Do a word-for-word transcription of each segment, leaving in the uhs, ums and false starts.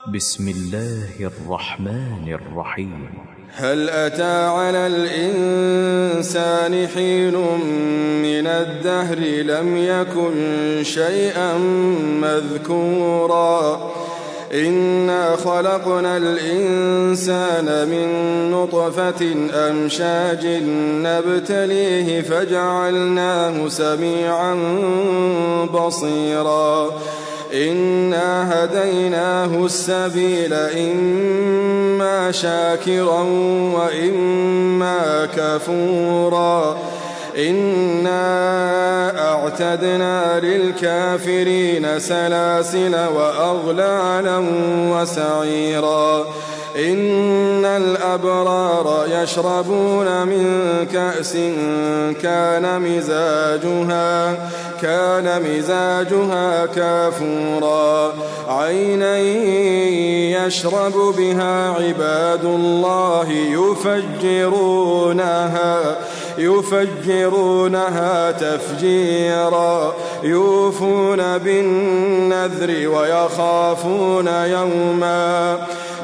بسم الله الرحمن الرحيم. هل أتى على الإنسان حين من الدهر لم يكن شيئا مذكورا إنا خلقنا الإنسان من نطفة أمشاج نبتليه فجعلناه سميعا بصيرا إنا هديناه السبيل إما شاكرا وإما كفورا إنا أعتدنا للكافرين سلاسل وأغلالا وسعيرا إن الأبرار يشربون من كأس كان مزاجها كان مزاجها كافورا عينا يشرب بها عباد الله يفجرونها يفجرونها تفجيرا يوفون بالنذر ويخافون يوما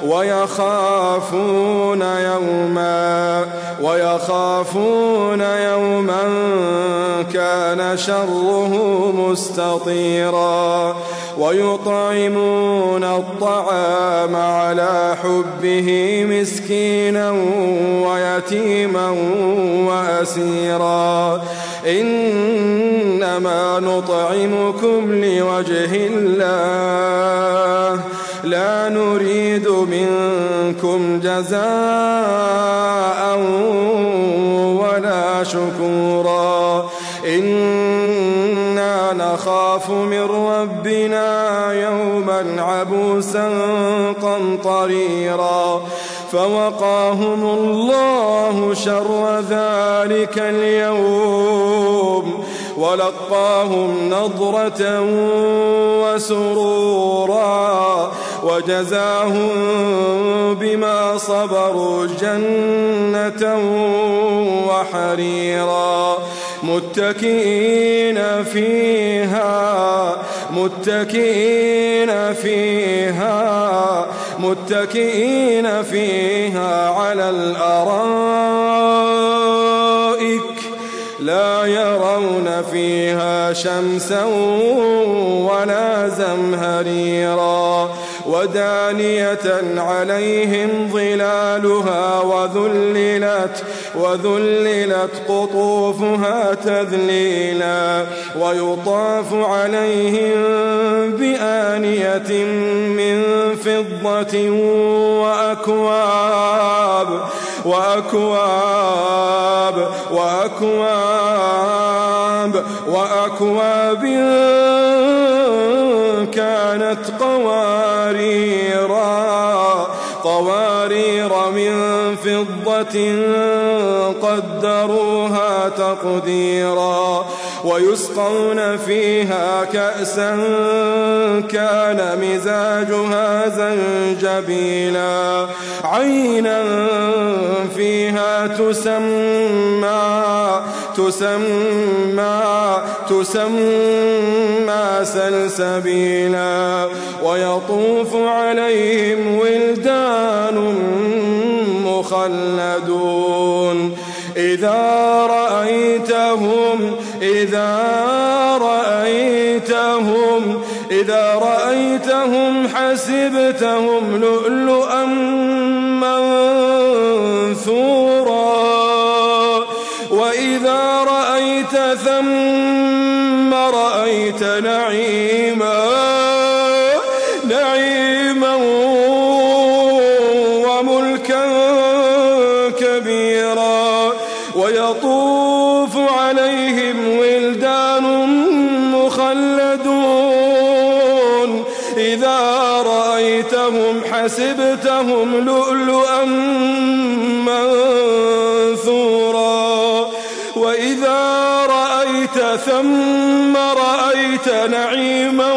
ويخافون يوما ويخافون يوما كان شره مستطيرا ويطعمون الطعام على حبه مسكينا ويتيما وأسيرا إنما نطعمكم لوجه الله لا نريد منكم جزاء ولا شكورا إنا نخاف من ربنا يوما عبوسا قمطريرا فوقاهم الله شر ذلك اليوم ولقاهم نضرة وسرورا وجزاهم بما صبروا جنة وحريرا متكئين فيها متكئين فيها متكئين فيها على الأرائك لا يرون فيها شمسا ولا زمهريرا ودانية عليهم ظلالها وذللت وذللت قطوفها تذليلا ويطاف عليهم بآنية من فضة وأكواب وأكواب وأكواب وأكواب كانت قواريرا قوارير من فضة قدروها تقديرا ويسقون فيها كأسا كان مزاجها زنجبيلا عينا فيها تسمى تسمى تسمى سلسبيلا ويطوف عليهم ولدان مخلدون إذا رأيتهم إذا رأيتهم إذا رأيتهم حسبتهم لؤلؤا منثورا وإذا رأيت ثم رأيت نعيما نعيما وملكا كبيرا ويطوف عليهم ولدان مخلدون إذا رأيتهم حسبتهم لؤلؤا منثورا وإذا رأيت ثم رأيت نعيما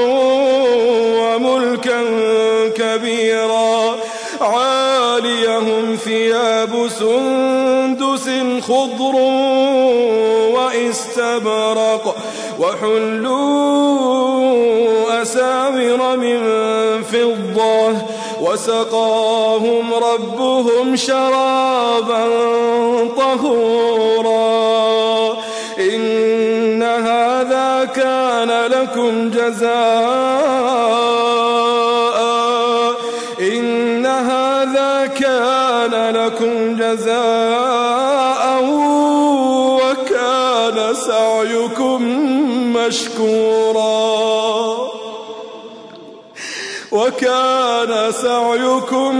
وملكا كبيرا عاليهم ثياب سندس خضر واستبرق وحلوا أساور من فضة وسقاهم ربهم شرابا طهورا إن هذا كان لكم جزاء إن هذا كان لكم جزاء وكان سعيكم مشكورا وكان سعيكم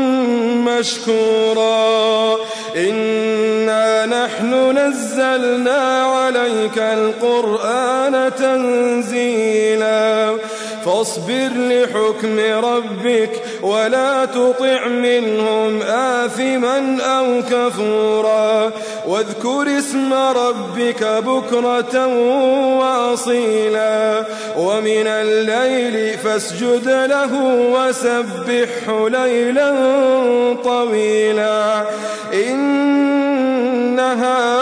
مشكورا إنا نحن نزلنا عليك القرآن تنزيلا فاصبر لحكم ربك ولا تطع منهم آثما أو كفورا واذكر اسم ربك بكرة وأصيلا ومن الليل فاسجد له وسبحه ليلا طويلا إن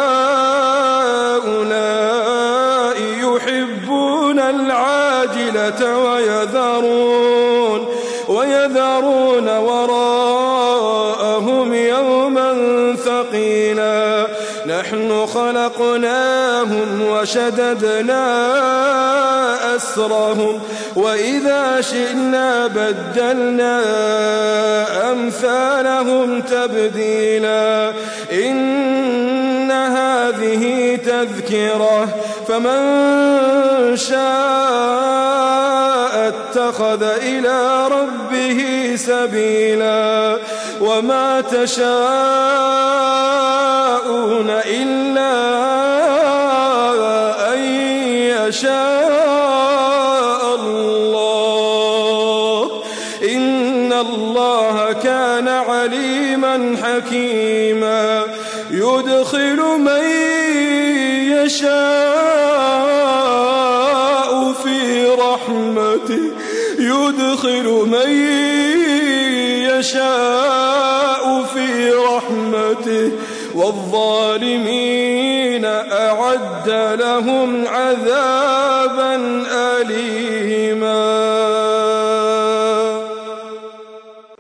هؤلاء يحبون العاجلة ويذرون ويذرون وراءهم يوما ثقيلا نحن خلقناهم وشددنا أسرهم وإذا شئنا بدلنا أمثالهم تبديلا إن هذه تذكرة فمن شاء اتخذ إلى ربه سبيلا وما تشاءون إلا أن يشاء الله إن الله كان عليما حكيما يدخل من يشاء في رحمته يدخل من يشاء في رحمته والظالمين أعد لهم عذابا أليما.